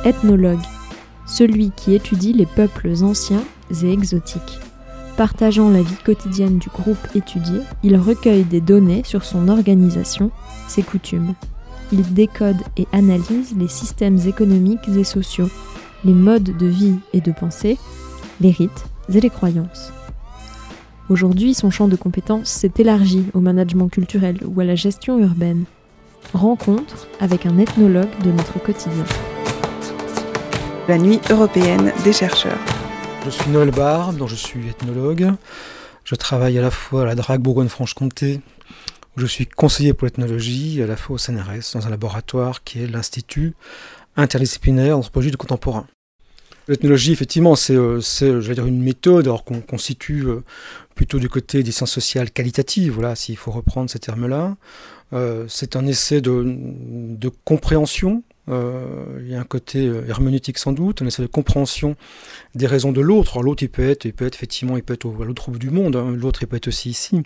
ethnologue, celui qui étudie les peuples anciens et exotiques. Partageant la vie quotidienne du groupe étudié, il recueille des données sur son organisation, ses coutumes. Il décode et analyse les systèmes économiques et sociaux, les modes de vie et de pensée, les rites et les croyances. Aujourd'hui, son champ de compétences s'est élargi au management culturel ou à la gestion urbaine. Rencontre avec un ethnologue de notre quotidien. La nuit européenne des chercheurs. Je suis Noël Barre, dont je suis ethnologue. Je travaille à la fois à la DRAC Bourgogne-Franche-Comté, où je suis conseiller pour l'ethnologie, et à la fois au CNRS, dans un laboratoire qui est l'Institut interdisciplinaire d'anthropologie du contemporain. L'ethnologie, effectivement, c'est une méthode qu'on constitue plutôt du côté des sciences sociales qualitatives, voilà, s'il faut reprendre ces termes-là. C'est un essai de compréhension. Il y a un côté herméneutique sans doute, un essai de compréhension des raisons de l'autre. Alors, l'autre, il peut être effectivement, à l'autre bout du monde, hein. L'autre, il peut être aussi ici.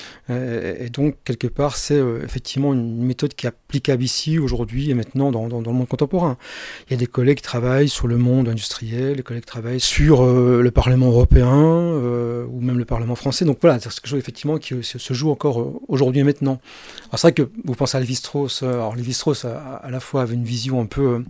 Et donc, quelque part, c'est effectivement une méthode qui est applicable ici, aujourd'hui et maintenant dans le monde contemporain. Il y a des collègues qui travaillent sur le monde industriel, des collègues qui travaillent sur le Parlement européen ou même le Parlement français. Donc voilà, c'est quelque chose effectivement qui se joue encore aujourd'hui et maintenant. Alors c'est vrai que vous pensez à Lévi-Strauss. Alors Lévi-Strauss à la fois avait une vision un peu...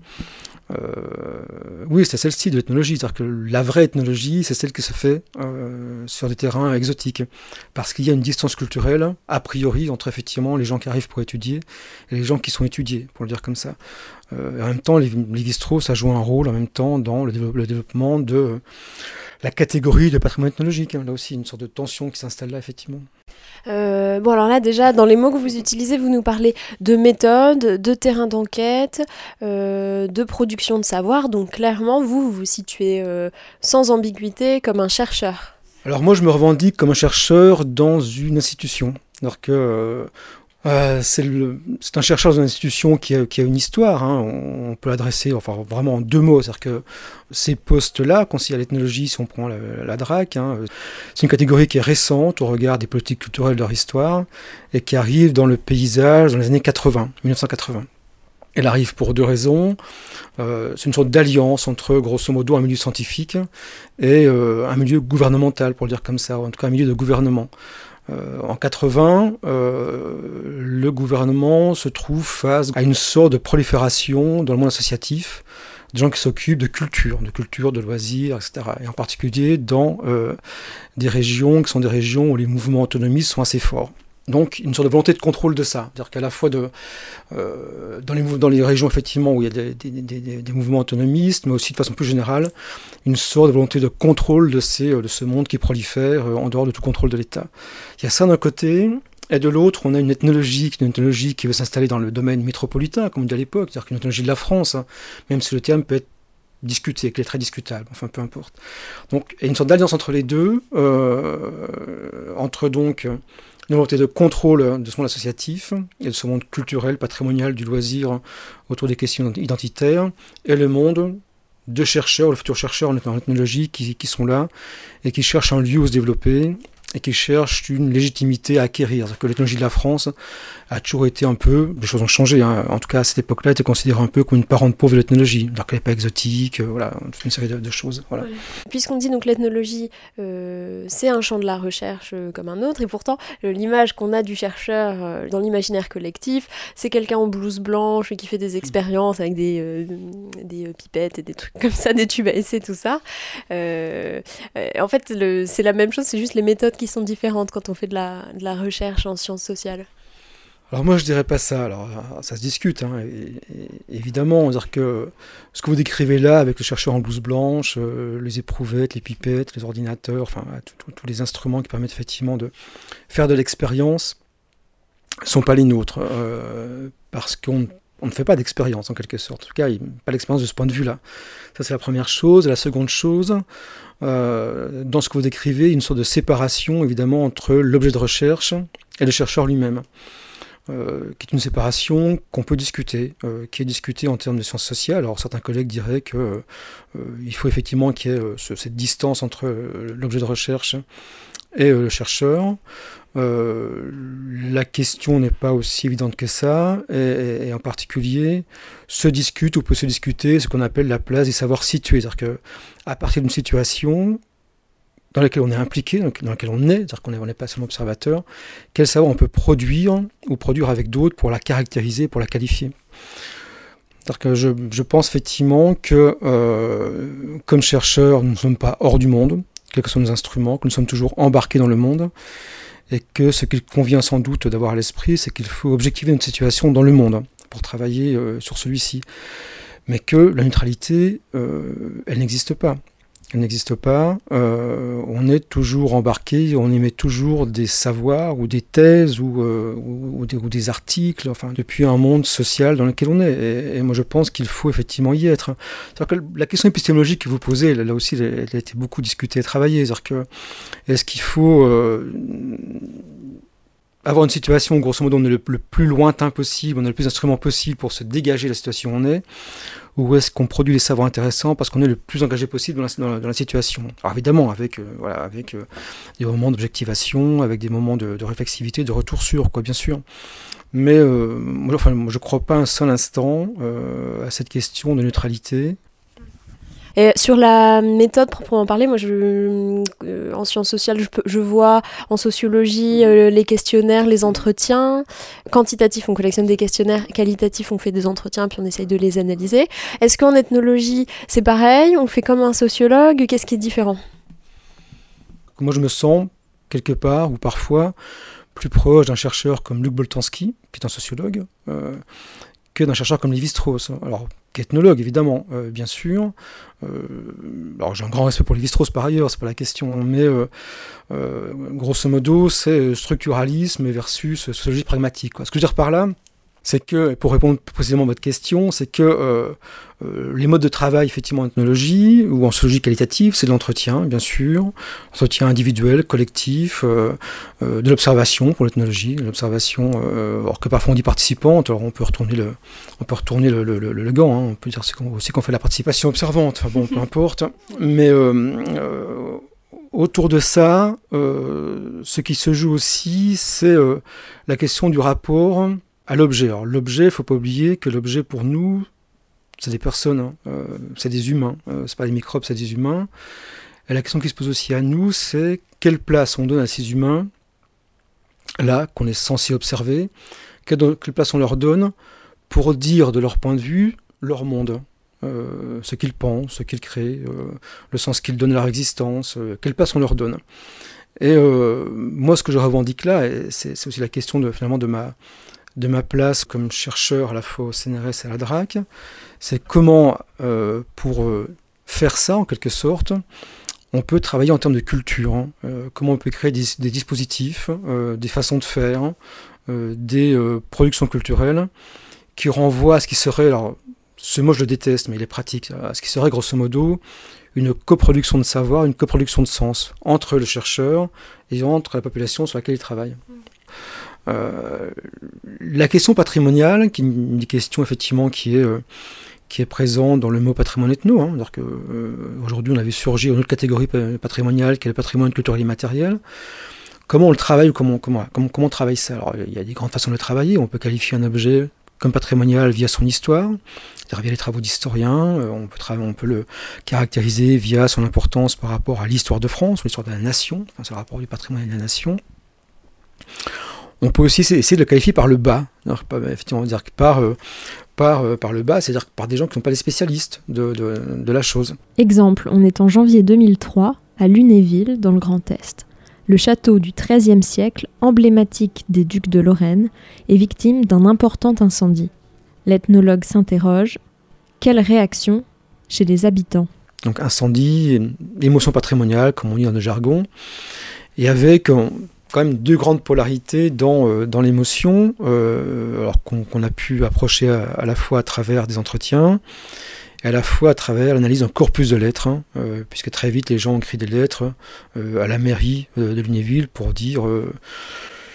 oui, c'est celle-ci de l'ethnologie, c'est-à-dire que la vraie ethnologie, c'est celle qui se fait sur des terrains exotiques, parce qu'il y a une distance culturelle, a priori, entre effectivement les gens qui arrivent pour étudier et les gens qui sont étudiés, pour le dire comme ça. En même temps, Lévi-Strauss a joué un rôle en même temps dans le développement de la catégorie de patrimoine ethnologique. Là aussi, une sorte de tension qui s'installe là, effectivement. Bon alors là déjà dans les mots que vous utilisez, vous nous parlez de méthode, de terrain d'enquête, de production de savoir, donc clairement vous vous situez sans ambiguïté comme un chercheur. Alors moi je me revendique comme un chercheur dans une institution, alors que c'est un chercheur dans une institution qui a une histoire, hein. On peut l'adresser vraiment en deux mots, c'est-à-dire que ces postes-là, considérés à l'ethnologie, si on prend la DRAC, hein, c'est une catégorie qui est récente au regard des politiques culturelles de leur histoire et qui arrive dans le paysage dans les années 1980. Elle arrive pour deux raisons. C'est une sorte d'alliance entre, grosso modo, un milieu scientifique et un milieu gouvernemental, pour le dire comme ça, ou en tout cas un milieu de gouvernement. En 80, le gouvernement se trouve face à une sorte de prolifération dans le monde associatif, des gens qui s'occupent de culture, de loisirs, etc. Et en particulier dans des régions qui sont des régions où les mouvements autonomistes sont assez forts. Donc une sorte de volonté de contrôle de ça, c'est-à-dire qu'à la fois dans les régions effectivement où il y a des mouvements autonomistes, mais aussi de façon plus générale, une sorte de volonté de contrôle de ce monde qui prolifère en dehors de tout contrôle de l'État. Il y a ça d'un côté, et de l'autre, on a une ethnologie qui veut s'installer dans le domaine métropolitain, comme on dit à l'époque, c'est-à-dire qu'une ethnologie de la France, hein, même si le terme peut être discuté, qu'il est très discutable, enfin peu importe. Donc il y a une sorte d'alliance entre les deux, entre donc une volonté de contrôle de ce monde associatif et de ce monde culturel, patrimonial, du loisir autour des questions identitaires, et le monde de chercheurs, le futur chercheurs en ethnologie qui sont là et qui cherchent un lieu où se développer et qui cherchent une légitimité à acquérir. C'est-à-dire que l'ethnologie de la France a toujours été un peu, les choses ont changé, hein. En tout cas à cette époque-là, elle était considérée un peu comme une parente pauvre de l'ethnologie, alors qu'elle n'est pas exotique, voilà, toute une série de choses. Voilà. Ouais. Puisqu'on dit donc l'ethnologie, c'est un champ de la recherche comme un autre, et pourtant l'image qu'on a du chercheur dans l'imaginaire collectif, c'est quelqu'un en blouse blanche qui fait des expériences avec des pipettes et des trucs comme ça, des tubes à essai, tout ça. En fait, c'est la même chose, c'est juste les méthodes qui sont différentes quand on fait de la recherche en sciences sociales. Alors moi je dirais pas ça, alors ça se discute, hein, évidemment, c'est-à-dire que ce que vous décrivez là avec le chercheur en blouse blanche, les éprouvettes, les pipettes, les ordinateurs, enfin tous les instruments qui permettent effectivement de faire de l'expérience, ne sont pas les nôtres, parce qu'on ne fait pas d'expérience en quelque sorte, en tout cas pas d'expérience de ce point de vue-là. Ça c'est la première chose. Et la seconde chose, dans ce que vous décrivez, une sorte de séparation évidemment entre l'objet de recherche et le chercheur lui-même. Qui est une séparation qu'on peut discuter, qui est discutée en termes de sciences sociales. Alors certains collègues diraient qu'il faut effectivement qu'il y ait cette distance entre l'objet de recherche et le chercheur. la question n'est pas aussi évidente que ça, et en particulier, se discute ou peut se discuter ce qu'on appelle la place des savoirs situés. C'est-à-dire qu'à partir d'une situation dans laquelle on est impliqué, dans laquelle on est, c'est-à-dire qu'on n'est pas seulement observateur, quel savoir on peut produire ou produire avec d'autres pour la caractériser, pour la qualifier. C'est-à-dire que je pense effectivement que, comme chercheurs, nous ne sommes pas hors du monde, quels que soient nos instruments, que nous sommes toujours embarqués dans le monde, et que ce qu'il convient sans doute d'avoir à l'esprit, c'est qu'il faut objectiver notre situation dans le monde pour travailler sur celui-ci. Mais que la neutralité, elle n'existe pas. Elle n'existe pas. On est toujours embarqué, on émet toujours des savoirs ou des thèses ou des articles, enfin, depuis un monde social dans lequel on est. Et moi, je pense qu'il faut effectivement y être. C'est-à-dire que la question épistémologique que vous posez, là aussi, elle a été beaucoup discutée et travaillée. C'est-à-dire que, est-ce qu'il faut avoir une situation où, grosso modo, on est le plus lointain possible, on a le plus d'instruments possible pour se dégager de la situation où on est, ou est-ce qu'on produit des savoirs intéressants parce qu'on est le plus engagé possible dans la situation. Alors évidemment, avec des moments d'objectivation, avec des moments de réflexivité, de retour sur, quoi, bien sûr. Mais moi, je ne crois pas un seul instant à cette question de neutralité. Et sur la méthode proprement parlée, moi, en sciences sociales, je vois en sociologie les questionnaires, les entretiens. Quantitatif, on collectionne des questionnaires. Qualitatif, on fait des entretiens, puis on essaye de les analyser. Est-ce qu'en ethnologie, c'est pareil? On fait comme un sociologue? Qu'est-ce qui est différent? Moi, je me sens, quelque part, ou parfois, plus proche d'un chercheur comme Luc Boltanski, qui est un sociologue, que d'un chercheur comme Lévi-Strauss. Alors, qu'ethnologue, évidemment, bien sûr. Alors, j'ai un grand respect pour Lévi-Strauss par ailleurs, c'est pas la question, mais grosso modo, c'est structuralisme versus sociologie pragmatique, quoi. Ce que je veux dire par là, c'est que, pour répondre précisément à votre question, c'est que les modes de travail, effectivement, en ethnologie ou en sociologie qualitative, c'est de l'entretien, bien sûr, entretien individuel, collectif, de l'observation pour l'ethnologie, l'observation, alors que parfois on dit participante, alors on peut retourner le gant, hein, on peut dire aussi qu'on fait la participation observante, enfin bon, peu importe, mais autour de ça, ce qui se joue aussi, c'est la question du rapport à l'objet. Alors l'objet, il ne faut pas oublier que l'objet pour nous, c'est des personnes, c'est des humains, c'est pas des microbes, c'est des humains. Et la question qui se pose aussi à nous, c'est quelle place on donne à ces humains, là, qu'on est censé observer, quelle place on leur donne pour dire de leur point de vue leur monde, ce qu'ils pensent, ce qu'ils créent, le sens qu'ils donnent à leur existence, quelle place on leur donne. Et moi, ce que je revendique là, et c'est aussi la question de ma place comme chercheur à la fois au CNRS et à la DRAC, c'est comment, pour faire ça en quelque sorte, on peut travailler en termes de culture, hein, comment on peut créer des dispositifs, des façons de faire, des productions culturelles qui renvoient à ce qui serait, alors ce mot je le déteste mais il est pratique, à ce qui serait grosso modo une coproduction de savoir, une coproduction de sens entre le chercheur et entre la population sur laquelle il travaille. La question patrimoniale, qui est une question effectivement qui est présente dans le mot patrimoine ethno, hein, alors qu'aujourd'hui on avait surgi une autre catégorie patrimoniale qui est le patrimoine culturel immatériel. Comment on le travaille, comment on travaille ça? Alors il y a des grandes façons de le travailler. On peut qualifier un objet comme patrimonial via son histoire, c'est-à-dire via les travaux d'historiens. On peut le caractériser via son importance par rapport à l'histoire de France, ou l'histoire de la nation, enfin, c'est le rapport du patrimoine et de la nation. On peut aussi essayer de le qualifier par le bas, alors, effectivement, dire par le bas, c'est-à-dire par des gens qui ne sont pas des spécialistes de la chose. Exemple, on est en janvier 2003, à Lunéville, dans le Grand Est. Le château du XIIIe siècle, emblématique des ducs de Lorraine, est victime d'un important incendie. L'ethnologue s'interroge, quelle réaction chez les habitants? Donc incendie, émotion patrimoniale, comme on dit dans le jargon, et avec quand même deux grandes polarités dans l'émotion, alors qu'on a pu approcher à la fois à travers des entretiens, et à la fois à travers l'analyse d'un corpus de lettres, hein, puisque très vite les gens ont écrit des lettres à la mairie de Lunéville pour dire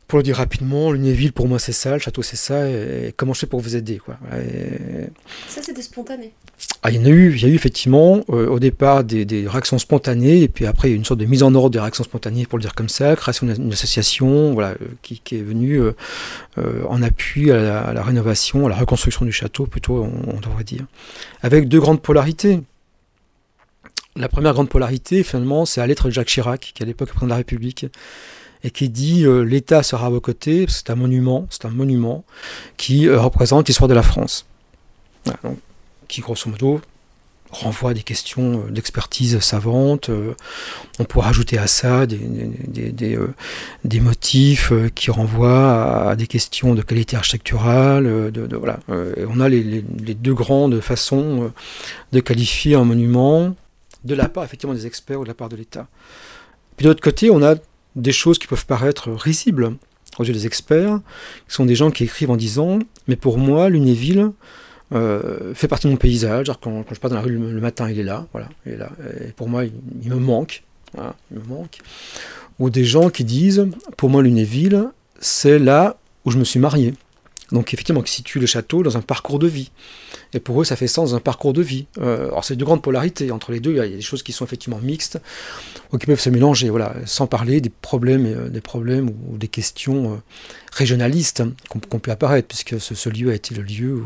Pour le dire rapidement, Lunéville, pour moi, c'est ça, le château, c'est ça, et comment je fais pour vous aider, quoi. Ça, c'était spontané. Ah, il y a eu effectivement, au départ, des réactions spontanées, et puis après, il y a eu une sorte de mise en ordre des réactions spontanées, pour le dire comme ça, création d'une association, voilà, qui est venue en appui à la rénovation, à la reconstruction du château, plutôt, on devrait dire. Avec deux grandes polarités. La première grande polarité, finalement, c'est la lettre de Jacques Chirac, qui à l'époque est président de la République, et qui dit l'État sera à vos côtés, c'est un monument qui représente l'histoire de la France. Voilà, donc, qui grosso modo renvoie à des questions d'expertise savante. On pourrait ajouter à ça des motifs qui renvoient à des questions de qualité architecturale. Voilà. Et on a les deux grandes façons de qualifier un monument de la part effectivement des experts ou de la part de l'État. Puis de l'autre côté, on a des choses qui peuvent paraître risibles aux yeux des experts, qui sont des gens qui écrivent en disant « mais pour moi, Lunéville fait partie de mon paysage, quand je pars dans la rue le matin, il est là, voilà, il est là, et pour moi, il me manque. Voilà, il me manque. » Ou des gens qui disent « pour moi, Lunéville, c'est là où je me suis marié. » Donc effectivement, qui situe le château dans un parcours de vie. Et pour eux, ça fait sens dans un parcours de vie. Alors c'est de grandes polarités. Entre les deux, il y a des choses qui sont effectivement mixtes, ou qui peuvent se mélanger, voilà, sans parler des problèmes ou des questions régionalistes qu'on peut apparaître, puisque ce lieu a été le lieu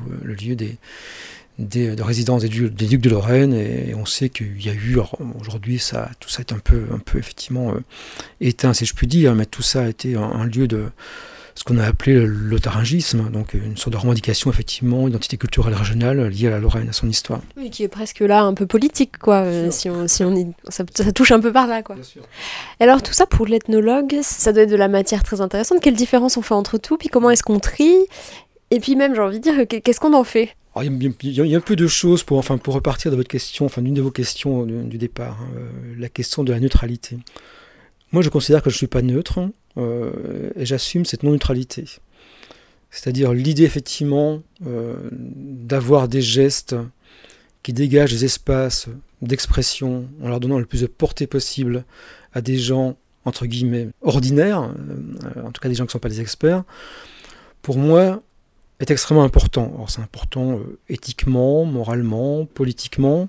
de résidence des ducs de Lorraine, et on sait qu'il y a eu, aujourd'hui tout ça est un peu effectivement éteint, si je puis dire, mais tout ça a été un lieu de ce qu'on a appelé le lotharingisme, donc une sorte de revendication, effectivement, identité culturelle régionale liée à la Lorraine, à son histoire. Oui, qui est presque là un peu politique, quoi, ça touche un peu par là, quoi. Bien sûr. Alors tout ça, pour l'ethnologue, ça doit être de la matière très intéressante. Quelle différence on fait entre tout, puis comment est-ce qu'on trie? Et puis même, j'ai envie de dire, qu'est-ce qu'on en fait? Alors, il y a un peu de choses pour repartir de votre question, d'une de vos questions du départ, la question de la neutralité. Moi, je considère que je ne suis pas neutre, et j'assume cette non-neutralité. C'est-à-dire l'idée, effectivement, d'avoir des gestes qui dégagent des espaces d'expression en leur donnant le plus de portée possible à des gens, entre guillemets, ordinaires, en tout cas des gens qui ne sont pas des experts, pour moi, est extrêmement important. Alors, c'est important éthiquement, moralement, politiquement.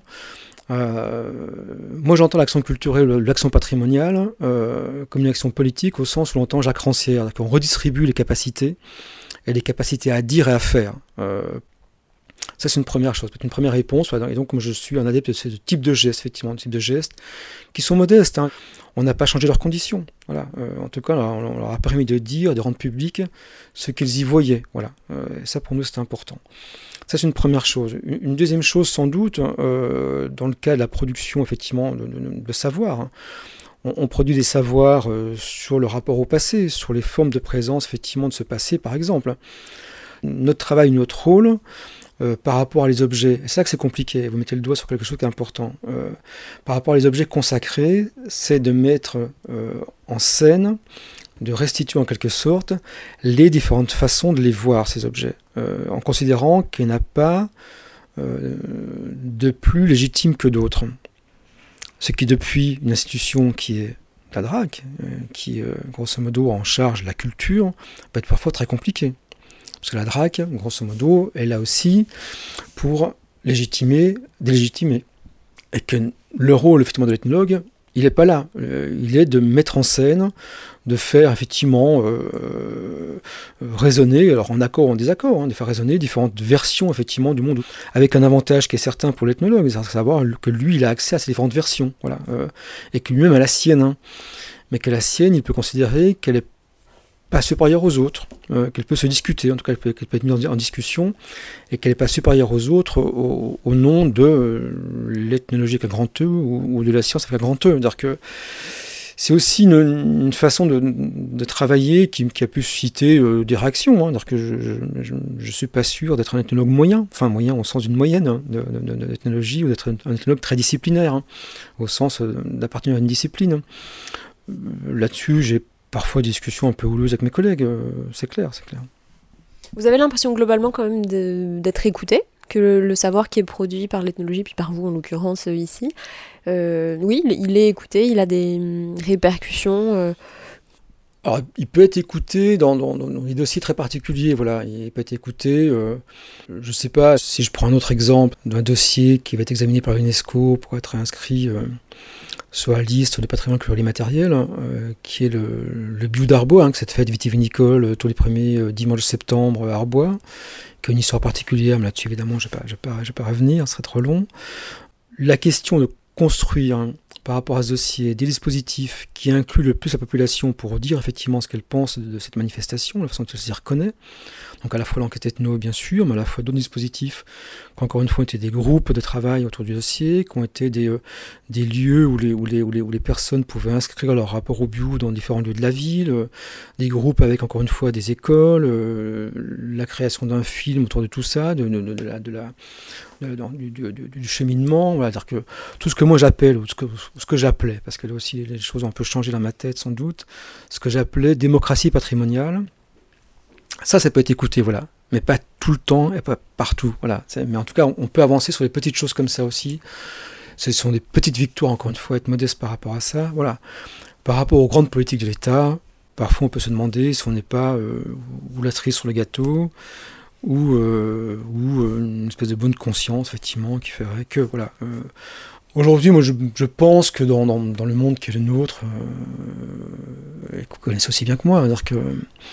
Moi j'entends l'action culturelle, l'action patrimoniale comme une action politique au sens où l'on entend Jacques Rancière, qu'on redistribue les capacités à dire et à faire. Ça c'est une première chose, peut-être une première réponse, et donc comme je suis un adepte de ce type de gestes, effectivement, de type de gestes qui sont modestes, hein. On n'a pas changé leurs conditions, voilà. En tout cas on leur a permis de dire, de rendre public ce qu'ils y voyaient, voilà. Et ça pour nous c'est important. Ça, c'est une première chose. Une deuxième chose, sans doute, dans le cas de la production, effectivement, de savoir. Hein. On produit des savoirs sur le rapport au passé, sur les formes de présence, effectivement, de ce passé, par exemple. Notre travail, notre rôle, par rapport à les objets, et c'est là que c'est compliqué, vous mettez le doigt sur quelque chose qui est important. Par rapport à les objets consacrés, c'est de mettre en scène, de restituer en quelque sorte les différentes façons de les voir, ces objets, en considérant qu'il n'y en a pas de plus légitime que d'autres. Ce qui, depuis une institution qui est la DRAC, qui grosso modo en charge la culture, peut être parfois très compliqué. Parce que la DRAC, grosso modo, est là aussi pour légitimer, délégitimer. Et que le rôle effectivement de l'ethnologue, il n'est pas là. Il est de mettre en scène, de faire effectivement résonner, alors en accord ou en désaccord, hein, de faire résonner différentes versions effectivement du monde, avec un avantage qui est certain pour l'ethnologue, c'est à savoir que lui, il a accès à ces différentes versions, voilà, et que lui-même a la sienne, hein, mais que la sienne, il peut considérer qu'elle est pas supérieure aux autres, qu'elle peut se discuter, en tout cas qu'elle peut être mise en discussion, et qu'elle n'est pas supérieure aux autres au nom de l'ethnologie avec un grand E ou de la science avec un grand E. C'est-à-dire que c'est aussi une façon de travailler qui a pu susciter des réactions. Hein. C'est-à-dire que je ne suis pas sûr d'être un ethnologue moyen, enfin moyen au sens d'une moyenne hein, d'ethnologie, ou d'être un ethnologue très disciplinaire, hein, au sens d'appartenir à une discipline. Là-dessus, j'ai parfois des discussions un peu houleuses avec mes collègues, c'est clair. Vous avez l'impression globalement quand même d'être écouté, que le savoir qui est produit par l'ethnologie, puis par vous en l'occurrence ici, oui, il est écouté, il a des répercussions Alors, il peut être écouté dans des dossiers très particuliers, voilà. Il peut être écouté, je ne sais pas, si je prends un autre exemple d'un dossier qui va être examiné par l'UNESCO pour être inscrit sur la liste des patrimoines culturels immatériels, qui est le Biou d'Arbois, cette fête vitivinicole tous les premiers dimanches de septembre à Arbois, qui a une histoire particulière, mais là-dessus évidemment je vais pas revenir, ce serait trop long. La question de construire par rapport à ce dossier des dispositifs qui incluent le plus la population pour dire effectivement ce qu'elle pense de cette manifestation, la façon dont elle s'y reconnaît. Donc à la fois l'enquête ethno bien sûr, mais à la fois d'autres dispositifs qui encore une fois ont été des groupes de travail autour du dossier, qui ont été des lieux où les personnes pouvaient inscrire leur rapport au bio dans différents lieux de la ville, des groupes avec encore une fois des écoles, la création d'un film autour de tout ça, du cheminement, voilà, c'est-à-dire que tout ce que moi j'appelle, ou ce que j'appelais, parce que là aussi les choses ont un peu changé dans ma tête sans doute, ce que j'appelais démocratie patrimoniale, ça peut être écouté, voilà, mais pas tout le temps et pas partout, voilà. Mais en tout cas, on peut avancer sur des petites choses comme ça aussi. Ce sont des petites victoires, encore une fois, être modeste par rapport à ça, voilà. Par rapport aux grandes politiques de l'État, parfois on peut se demander si on n'est pas ou la cerise sur le gâteau, ou une espèce de bonne conscience, effectivement, qui ferait que, voilà. Aujourd'hui, moi, je pense que dans le monde qui est le nôtre, et que vous connaissez aussi bien que moi, c'est-à-dire que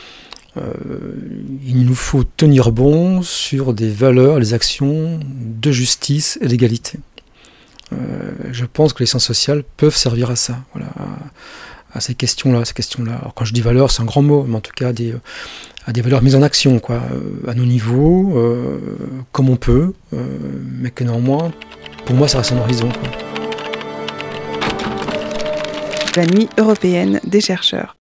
il nous faut tenir bon sur des valeurs, des actions de justice et d'égalité. Je pense que les sciences sociales peuvent servir à ça, voilà, à ces questions-là. Alors quand je dis valeurs, c'est un grand mot, mais en tout cas à des valeurs mises en action, quoi, à nos niveaux, comme on peut, mais que néanmoins, pour moi, ça reste un horizon, quoi. La nuit européenne des chercheurs.